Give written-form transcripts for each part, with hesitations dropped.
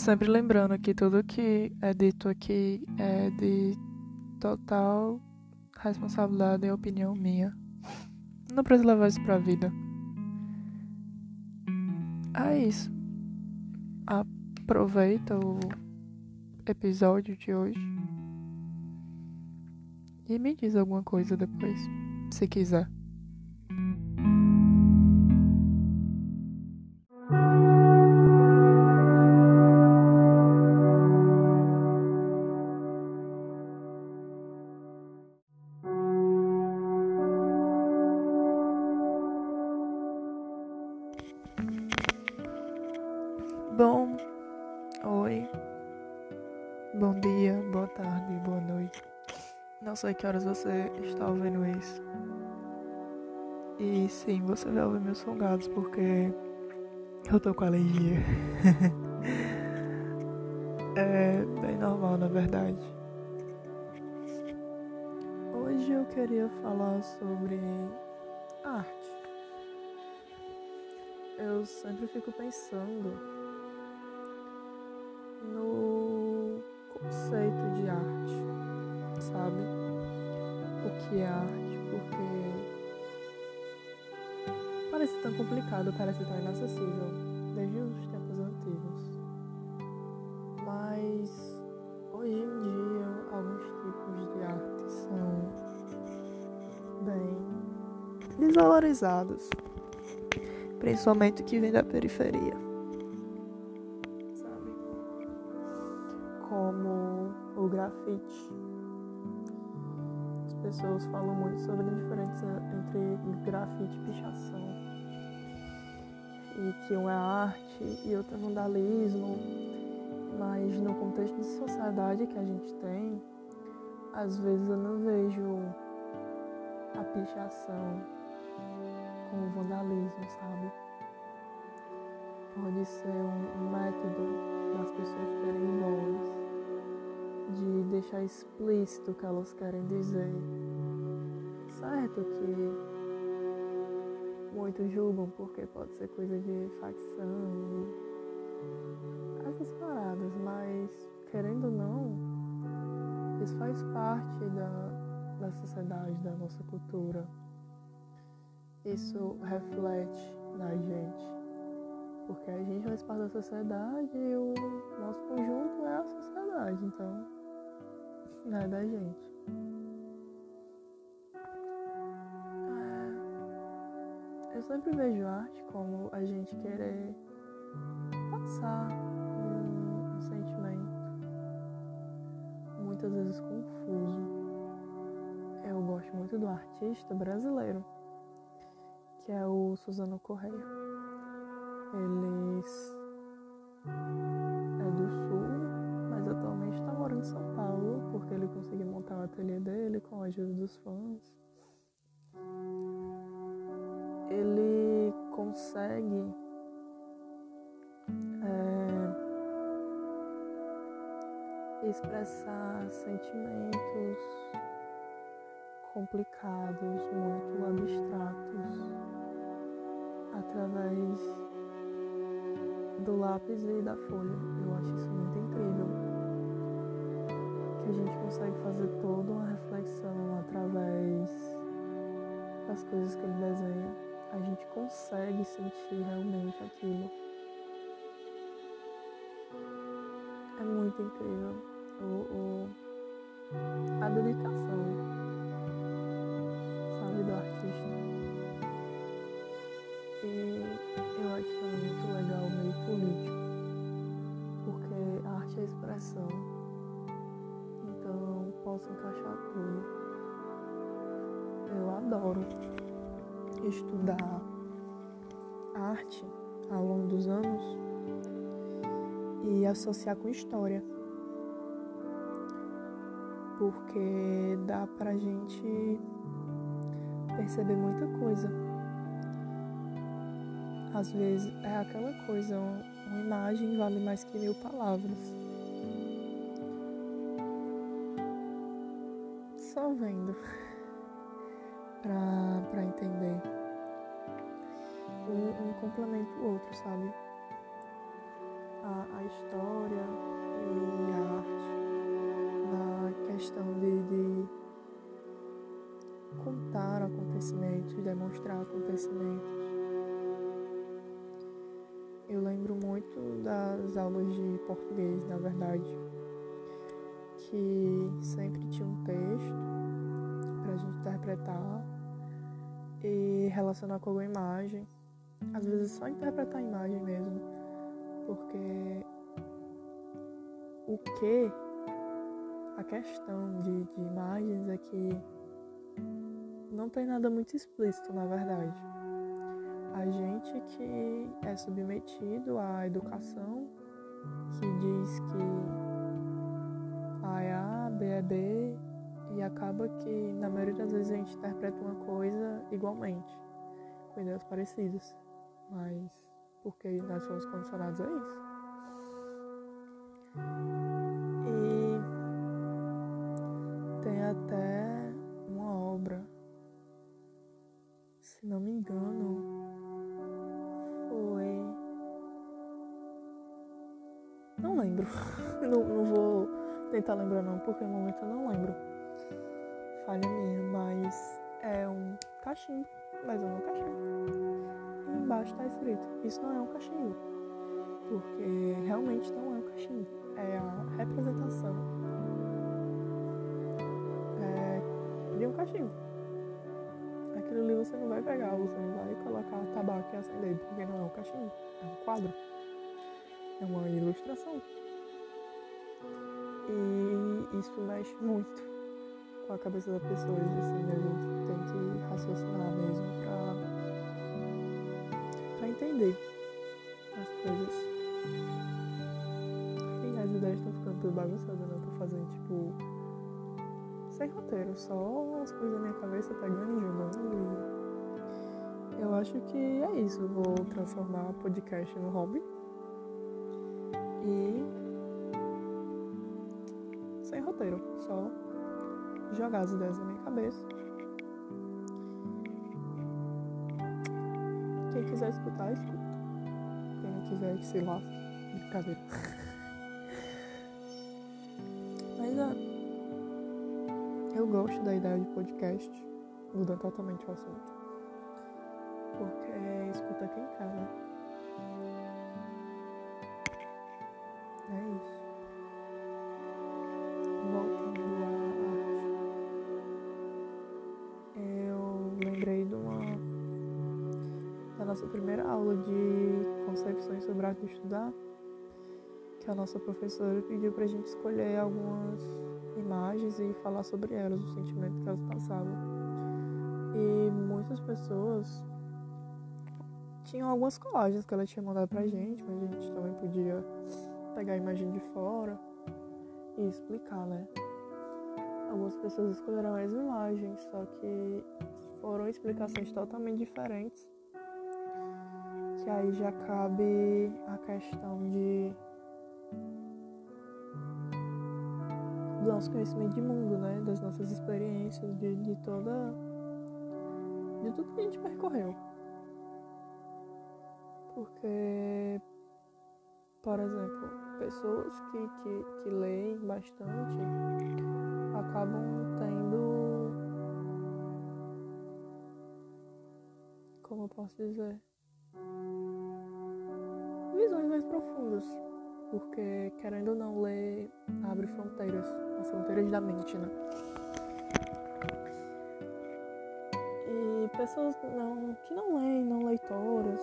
Sempre lembrando que tudo que é dito aqui é de total responsabilidade e opinião minha. Não precisa levar isso pra vida. É isso. Aproveita o episódio de hoje e me diz alguma coisa depois, se quiser. Bom, oi, bom dia, boa tarde, boa noite. Não sei que horas você está ouvindo isso. E sim, você vai ouvir meus fungados porque eu tô com alergia. É bem normal, na verdade. Hoje eu queria falar sobre arte. Eu sempre fico pensando no conceito de arte, sabe? O que é arte, porque parece tão complicado, parece tão inacessível desde os tempos antigos. Mas hoje em dia alguns tipos de arte são bem desvalorizados, principalmente o que vem da periferia, sabe? Como o grafite. As pessoas falam muito sobre a diferença entre grafite e pichação, e que um é arte e outro é vandalismo, mas no contexto de sociedade que a gente tem, às vezes eu não vejo a pichação com o vandalismo, sabe? Pode ser um método das pessoas terem voz, de deixar explícito o que elas querem dizer. Certo que muitos julgam porque pode ser coisa de facção, essas paradas, mas querendo ou não, isso faz parte da sociedade, da nossa cultura. Isso reflete na gente, porque a gente faz parte da sociedade e o nosso conjunto é a sociedade, então não é da gente. Eu sempre vejo arte como a gente querer passar um sentimento, muitas vezes confuso. Eu gosto muito do artista brasileiro, que é o Suzano Correia. Ele é do Sul, mas atualmente está morando em São Paulo, porque ele conseguiu montar o ateliê dele com a ajuda dos fãs. Ele consegue expressar sentimentos complicados, muito abstratos, através do lápis e da folha. Eu acho isso muito incrível, que a gente consegue fazer toda uma reflexão através das coisas que ele desenha. A gente consegue sentir realmente aquilo. É muito incrível a dedicação, sabe, do artista. E eu acho também muito legal o meio político, porque a arte é expressão, então posso encaixar tudo. Eu adoro estudar arte ao longo dos anos e associar com história, porque dá pra gente perceber muita coisa. Às vezes é aquela coisa, uma imagem vale mais que 1000 palavras. Só vendo pra entender. Um complementa o outro, sabe? a história e a arte na questão de contar acontecimentos, demonstrar acontecimentos. Eu lembro muito das aulas de português, na verdade, que sempre tinha um texto pra gente interpretar e relacionar com alguma imagem. Às vezes só interpretar a imagem mesmo, porque a questão de imagens é que não tem nada muito explícito, na verdade. A gente que é submetido à educação, que diz que A é A, B é B, e acaba que, na maioria das vezes, a gente interpreta uma coisa igualmente, com ideias parecidas, mas porque nós somos condicionados a isso. E tem até uma obra, se não me engano, foi... Não lembro. não vou tentar lembrar não, porque no momento eu não lembro. Falha minha, mas é um cachimbo, mas eu não cachimbo. E embaixo tá escrito, isso não é um cachimbo, porque realmente não é um cachimbo. É a representação de um cachimbo. Aquilo ali você não vai pegar, você não vai colocar tabaco e acender, porque não é um cachimbo, é um quadro, é uma ilustração. E isso mexe muito com a cabeça da pessoa, e assim, a gente tem que raciocinar mesmo pra entender as coisas. E as ideias estão ficando tudo bagunçadas, né? Eu tô fazendo tipo sem roteiro, só as coisas na minha cabeça pegando e jogando. E eu acho que é isso. Vou transformar podcast no hobby. E sem roteiro, só jogar as ideias na minha cabeça. Quem quiser escutar, escuta. Quem não quiser, que se lasque. Brincadeira. Mas eu gosto da ideia de podcast, mudando totalmente o assunto, porque escuta quem quer, né? É isso. Voltando à arte, eu lembrei da nossa primeira aula de concepções sobre arte de estudar, que a nossa professora pediu pra gente escolher algumas imagens e falar sobre elas, o sentimento que elas passavam. E muitas pessoas tinham algumas colagens que ela tinha mandado pra gente, mas a gente também podia pegar a imagem de fora e explicar, né? Algumas pessoas escolheram a mesma imagem, só que foram explicações totalmente diferentes, que aí já cabe a questão do nosso conhecimento de mundo, né? Das nossas experiências, de tudo que a gente percorreu. Porque, por exemplo, pessoas que leem bastante acabam tendo, como eu posso dizer, visões mais profundas. Porque, querendo ou não, ler abre fronteiras, as fronteiras da mente, né? E pessoas que não leem, não leitoras,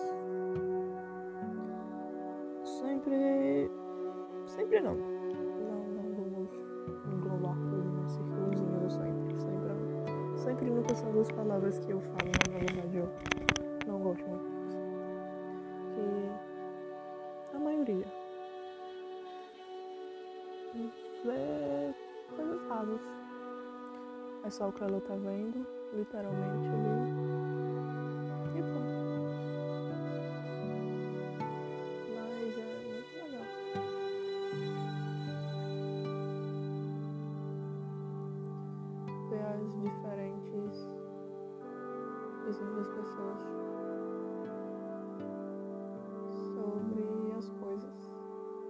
sempre não vamos englobar tudo num círculozinho do sempre nunca são duas palavras que eu falo, mas na verdade eu não gosto muito disso. Que a maioria vê coisas rasas. É só o que ela tá vendo, literalmente ali. E pronto. Mas é muito legal ver as diferentes visões das pessoas sobre as coisas.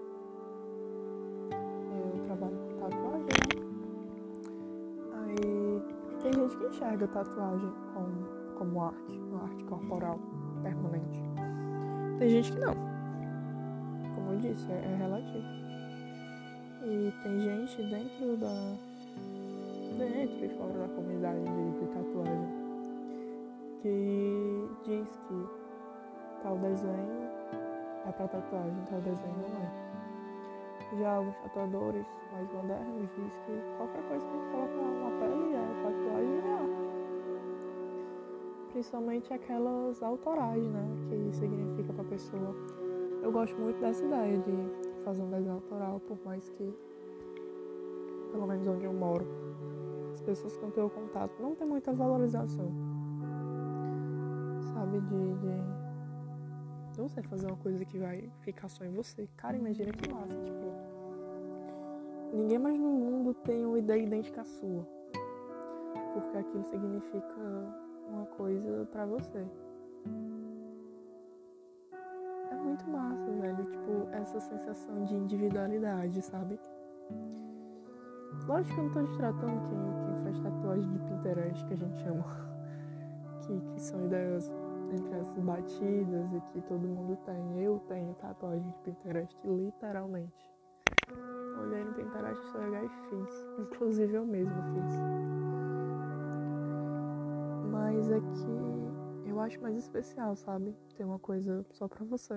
enxerga a tatuagem como arte, uma arte corporal permanente. Tem gente que não. Como eu disse, é relativo. E tem gente dentro e fora da comunidade de tatuagem que diz que tal desenho é pra tatuagem, tal desenho não é. Já alguns tatuadores mais modernos dizem que qualquer coisa que a gente coloca na pele é tatuagem e arte. Principalmente aquelas autorais, né? Que significa pra pessoa. Eu gosto muito dessa ideia de fazer um desenho autoral, por mais que, pelo menos onde eu moro, as pessoas com quem eu contato não tem muita valorização. Sabe? Não sei, fazer uma coisa que vai ficar só em você. Cara, imagina que massa, tipo, ninguém mais no mundo tem uma ideia idêntica à sua, porque aquilo significa uma coisa pra você. É muito massa, velho, tipo, essa sensação de individualidade, sabe? Lógico que eu não tô destratando quem faz tatuagem de Pinterest, que a gente chama, que são ideias entre as batidas e que todo mundo tem. Eu tenho tatuagem de Pinterest, literalmente. Olhei no Pinterest, só olhei e fiz. Inclusive eu mesma fiz. Mas é que eu acho mais especial, sabe? Ter uma coisa só pra você.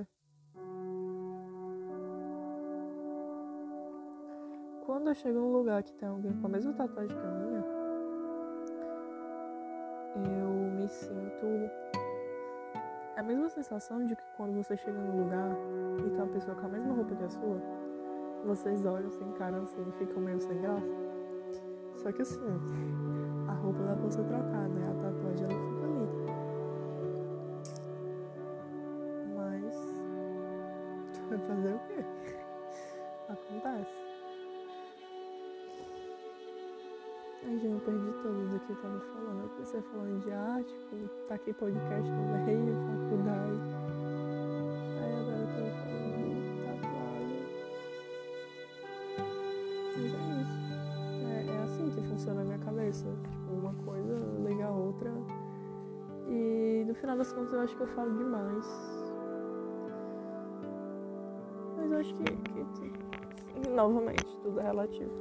Quando eu chego num lugar que tem alguém com a mesma tatuagem que a minha, eu me sinto... É a mesma sensação de que quando você chega num lugar e tem uma pessoa com a mesma roupa que a sua, vocês olham, se encaram assim e ficam meio sem graça. Só que assim, a roupa dá pra você trocar, né? A tatuagem ela fica ali. Mas tu vai fazer o quê? Acontece. Ai, já me perdi todo do que eu tava falando. Eu comecei falando de arte, taquei podcast no meio, faculdade. Aí agora eu tô falando de tatuagem. Mas é isso. É assim que funciona a minha cabeça. Tipo, uma coisa liga a outra. E no final das contas eu acho que eu falo demais. Mas eu acho que novamente, tudo é relativo.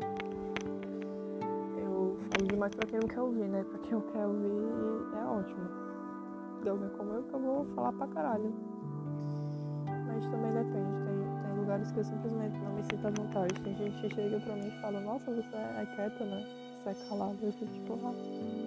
Eu falo demais pra quem não quer ouvir, né? Pra quem quer ouvir é ótimo. De alguém como eu que eu vou falar pra caralho. Mas também depende. Tem lugares que eu simplesmente não me sinto à vontade. Tem gente que chega pra mim e fala, nossa, você é quieta, né? Você é calada. Eu fico tipo, ah.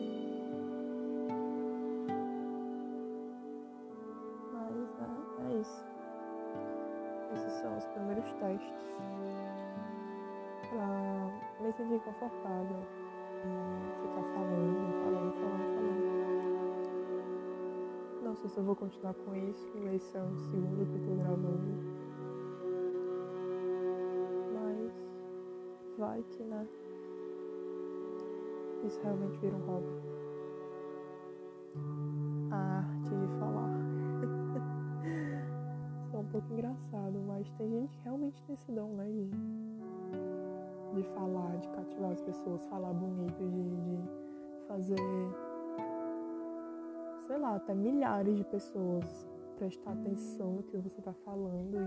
Mas é isso. Esses são os primeiros testes pra me sentir confortável em ficar falando. Não sei se eu vou continuar com isso. Esse é o segundo que eu tô gravando. Mas vai que, né? Isso realmente vira um hobby. A arte de falar. Isso é um pouco engraçado, mas tem gente que realmente tem esse dom, né? De falar, de cativar as pessoas, falar bonito, de fazer, sei lá, até milhares de pessoas prestar atenção no que você tá falando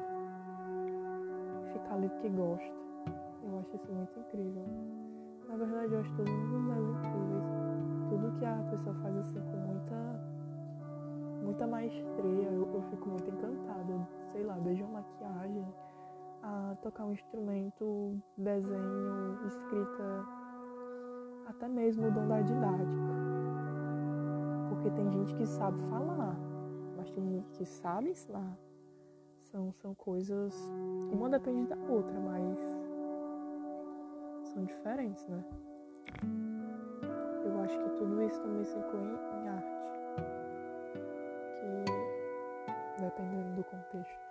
e ficar ali porque gosta. Eu acho isso muito incrível. Na verdade, eu acho todos os meus incríveis. Tudo que a pessoa faz assim com muita maestria, eu fico muito encantada. Sei lá, desde uma maquiagem, a tocar um instrumento, desenho, escrita, até mesmo o dom da didática. Porque tem gente que sabe falar, mas tem gente que sabe ensinar. São coisas, uma depende da outra, mas são diferentes, né? Eu acho que tudo isso também se inclui em arte, que dependendo do contexto.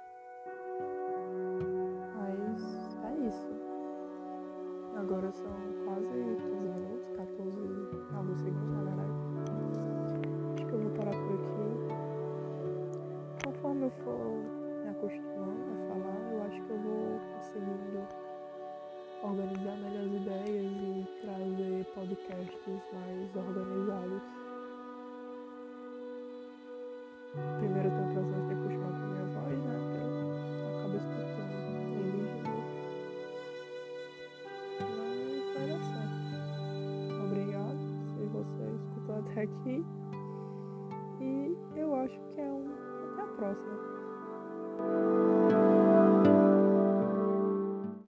Mas é isso. Agora são quase 15 minutos, 14 alguns segundos, na verdade. Acho que eu vou parar por aqui. Conforme eu for me acostumando a falar, eu acho que eu vou conseguindo organizar melhor as ideias e trazer podcasts mais organizados. Primeiro eu tenho o processo de acostumar com a minha voz, né? Que eu acabo escutando eles de novo. Mas vai dar certo. Obrigado se você escutou até aqui. E eu acho que até a próxima.